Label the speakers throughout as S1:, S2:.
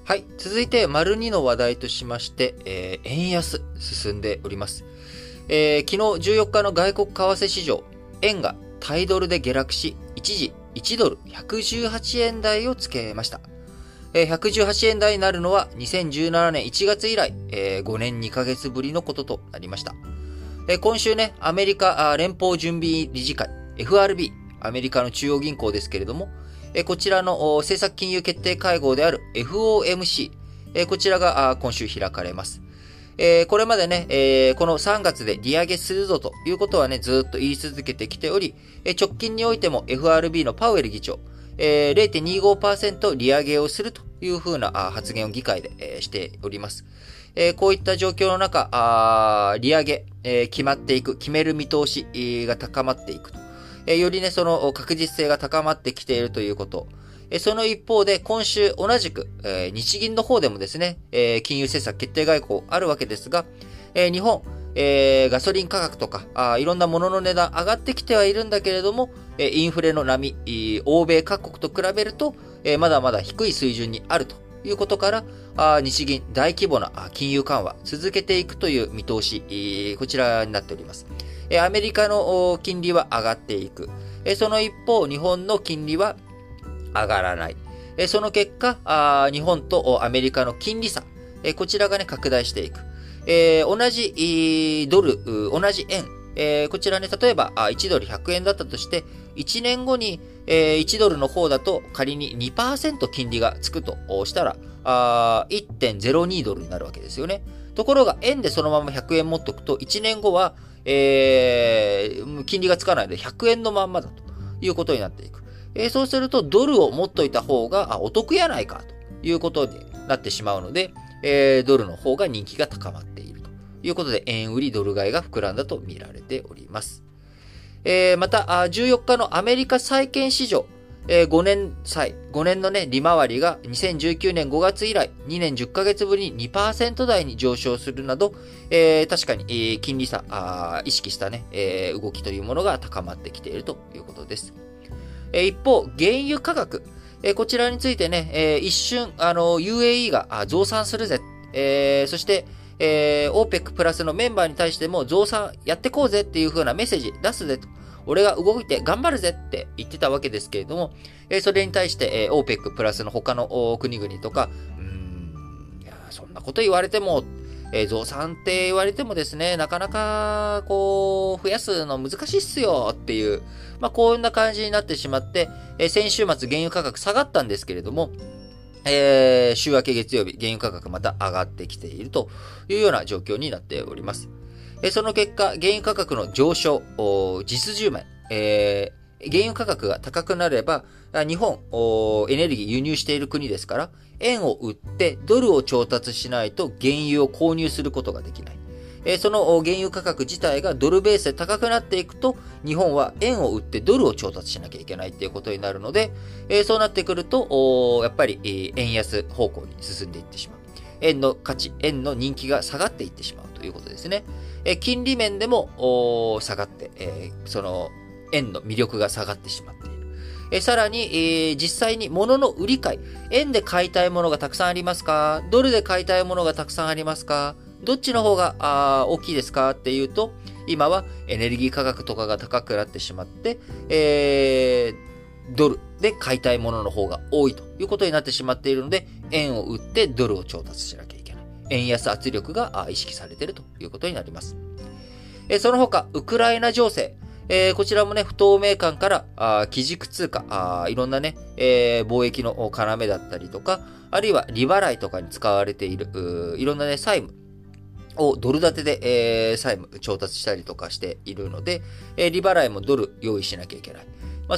S1: はい。続いて、丸2の話題としまして、円安進んでおります。昨日14日の外国為替市場、円が対ドルで下落し、一時1ドル118円台をつけました。118円台になるのは2017年1月以来、5年2ヶ月ぶりのこととなりました。今週ね、アメリカ連邦準備理事会、FRB、アメリカの中央銀行ですけれども、こちらの政策金融決定会合である FOMC、こちらが今週開かれます。これまでね、この3月で利上げするぞということはね、ずっと言い続けてきており、直近においても FRB のパウエル議長、0.25% 利上げをするというふうな発言を議会でしております。こういった状況の中、利上げ、決まっていく、決める見通しが高まっていくと。よりね、その確実性が高まってきているということ。その一方で、今週同じく、日銀の方でもですね、金融政策決定外交あるわけですが、日本、ガソリン価格とか、いろんなものの値段上がってきてはいるんだけれども、インフレの波、欧米各国と比べると、まだまだ低い水準にあるということから、日銀大規模な金融緩和続けていくという見通し、こちらになっております。アメリカの金利は上がっていく。その一方、日本の金利は上がらない。その結果、日本とアメリカの金利差、こちらがね、拡大していく。同じドル、同じ円、こちらね、例えば1ドル100円だったとして、1年後に1ドルの方だと仮に 2% 金利がつくとしたら、1.02 ドルになるわけですよね。ところが、円でそのまま100円持っておくと、1年後は、金利がつかないので100円のまんまだということになっていく。そうすると、ドルを持っといた方がお得やないかということになってしまうので、ドルの方が人気が高まっているということで、円売りドル買いが膨らんだと見られております。また、14日のアメリカ債券市場、5年のね、利回りが2019年5月以来、2年10ヶ月ぶりに 2% 台に上昇するなど、確かに、金利差、意識したね、動きというものが高まってきているということです。一方、原油価格、こちらについてね、一瞬、UAE が増産するぜ、そして、OPEC プラスのメンバーに対しても増産やってこうぜっていう風なメッセージ出すぜと。俺が動いて頑張るぜって言ってたわけですけれども、それに対して、OPEC プラスの他の国々とか、いや、そんなこと言われても、増産って言われてもですね、なかなか、増やすの難しいっすよっていう、こんな感じになってしまって、先週末原油価格下がったんですけれども、週明け月曜日、原油価格また上がってきているというような状況になっております。その結果、原油価格の上昇、実10枚、原油価格が高くなれば、日本、エネルギー輸入している国ですから、円を売ってドルを調達しないと原油を購入することができない。その原油価格自体がドルベースで高くなっていくと、日本は円を売ってドルを調達しなきゃいけないっていうことになるので、そうなってくると、やっぱり円安方向に進んでいってしまう。円の価値、円の人気が下がっていってしまうということですね。金利面でも下がって、その円の魅力が下がってしまっている。さらに、実際に物の売り買い、円で買いたいものがたくさんありますか？ドルで買いたいものがたくさんありますか？どっちの方が大きいですかっていうと、今はエネルギー価格とかが高くなってしまって、ドルで買いたいものの方が多いということになってしまっているので、円を売ってドルを調達しなきゃいけない。円安圧力が意識されているということになります。その他、ウクライナ情勢。こちらもね、不透明感から基軸通貨、いろんなね、貿易の要だったりとか、あるいは利払いとかに使われている、いろんなね、債務をドル建てで、債務調達したりとかしているので、利払いもドル用意しなきゃいけない。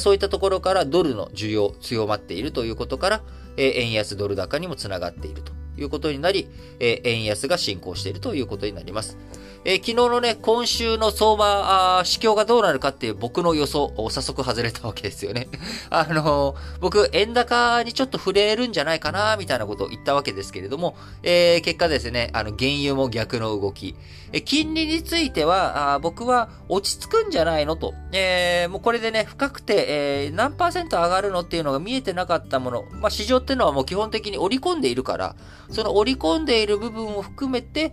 S1: そういったところからドルの需要強まっているということから、円安ドル高にもつながっているということになり、円安が進行しているということになります。 昨日のね、今週の相場、市況がどうなるかっていう僕の予想、早速外れたわけですよね。僕、円高にちょっと触れるんじゃないかな、みたいなことを言ったわけですけれども、結果ですね、原油も逆の動き。金利については、僕は落ち着くんじゃないのと。もうこれでね、深くて、何%上がるのっていうのが見えてなかったもの。まあ、市場っていうのはもう基本的に織り込んでいるから、その織り込んでいる部分を含めて、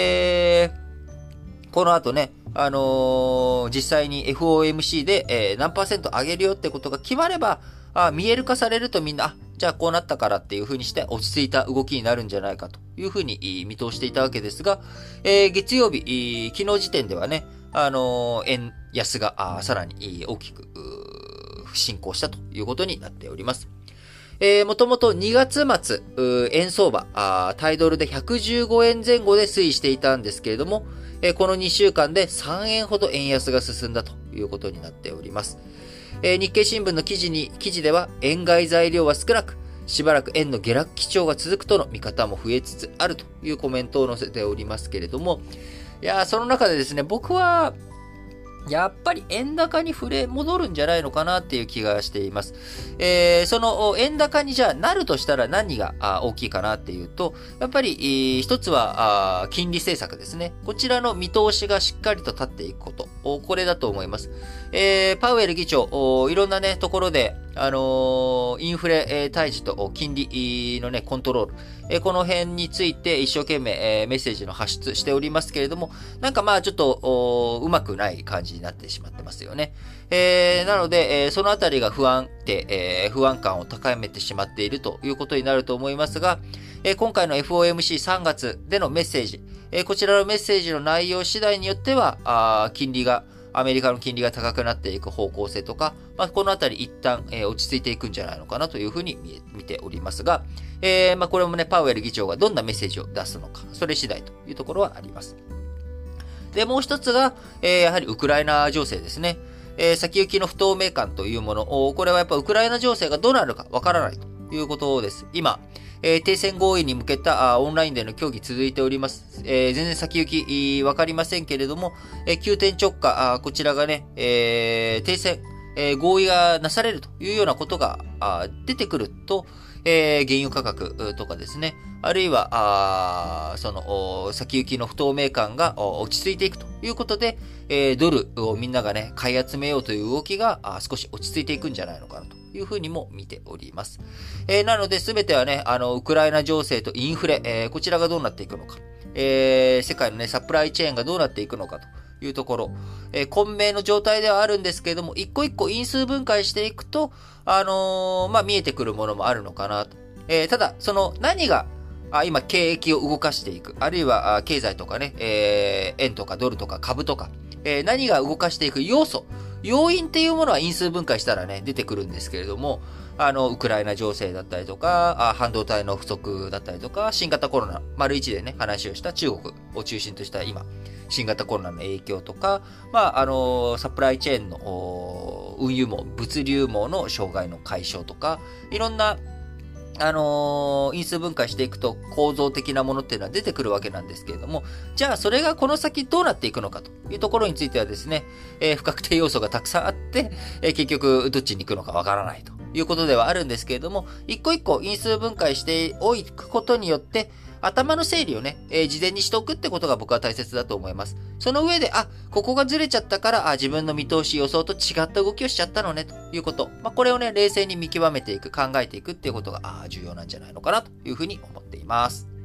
S1: この後ね、実際に FOMC で、何%上げるよってことが決まれば、見える化されるとみんな、じゃあこうなったからっていう風にして落ち着いた動きになるんじゃないかという風に見通していたわけですが、月曜日、昨日時点ではね、円安がさらに大きく進行したということになっております。もともと2月末、円相場、タイドルで115円前後で推移していたんですけれども、この2週間で3円ほど円安が進んだということになっております。日経新聞の記事では、円買い材料は少なく、しばらく円の下落基調が続くとの見方も増えつつあるというコメントを載せておりますけれども、いやー、その中でですね、僕は、やっぱり円高に戻るんじゃないのかなっていう気がしています。その円高にじゃあなるとしたら何が大きいかなっていうと、やっぱり一つは金利政策ですね。こちらの見通しがしっかりと立っていくこと。これだと思います。パウエル議長、いろんなね、ところで、インフレ退治と金利のね、コントロール。この辺について一生懸命メッセージの発出しておりますけれども、なんかまあちょっとうまくない感じになってしまってますよね。なので、そのあたりが不安感を高めてしまっているということになると思いますが、今回の FOMC3 月でのメッセージ、こちらのメッセージの内容次第によっては、アメリカの金利が高くなっていく方向性とか、まあ、このあたり一旦、落ち着いていくんじゃないのかなというふうに見ておりますが、まあ、これもね、パウエル議長がどんなメッセージを出すのか、それ次第というところはあります。で、もう一つが、やはりウクライナ情勢ですね。先行きの不透明感というもの、これはやっぱウクライナ情勢がどうなるかわからないということです。今、停戦合意に向けたオンラインでの協議続いております。全然先行きわかりませんけれども、急転直下、こちらがね、停戦、合意がなされるというようなことが出てくると、原油価格とかですね、あるいは、その、先行きの不透明感が落ち着いていくということで、ドルをみんながね、買い集めようという動きが少し落ち着いていくんじゃないのかなというふうにも見ております。なので、すべてはね、ウクライナ情勢とインフレ、こちらがどうなっていくのか、世界のね、サプライチェーンがどうなっていくのかというところ、混迷の状態ではあるんですけれども、一個一個因数分解していくと、まあ、見えてくるものもあるのかなと。ただ、その何が、今、景気を動かしていく。あるいは、経済とかね、円とかドルとか株とか、何が動かしていく要素、要因っていうものは因数分解したらね、出てくるんですけれども、ウクライナ情勢だったりとか、半導体の不足だったりとか、新型コロナ、丸一でね、話をした中国を中心とした今、新型コロナの影響とか、まあ、サプライチェーンの運輸網、物流網の障害の解消とか、いろんな因数分解していくと構造的なものっていうのは出てくるわけなんですけれども、じゃあそれがこの先どうなっていくのかというところについてはですね、不確定要素がたくさんあって、結局どっちに行くのかわからないということではあるんですけれども、一個一個因数分解しておくことによって、頭の整理をね、事前にしておくってことが僕は大切だと思います。その上で、ここがずれちゃったから、自分の見通し予想と違った動きをしちゃったのね、ということ。まあ、これをね、冷静に見極めていく、考えていくっていうことが、重要なんじゃないのかな、というふうに思っています。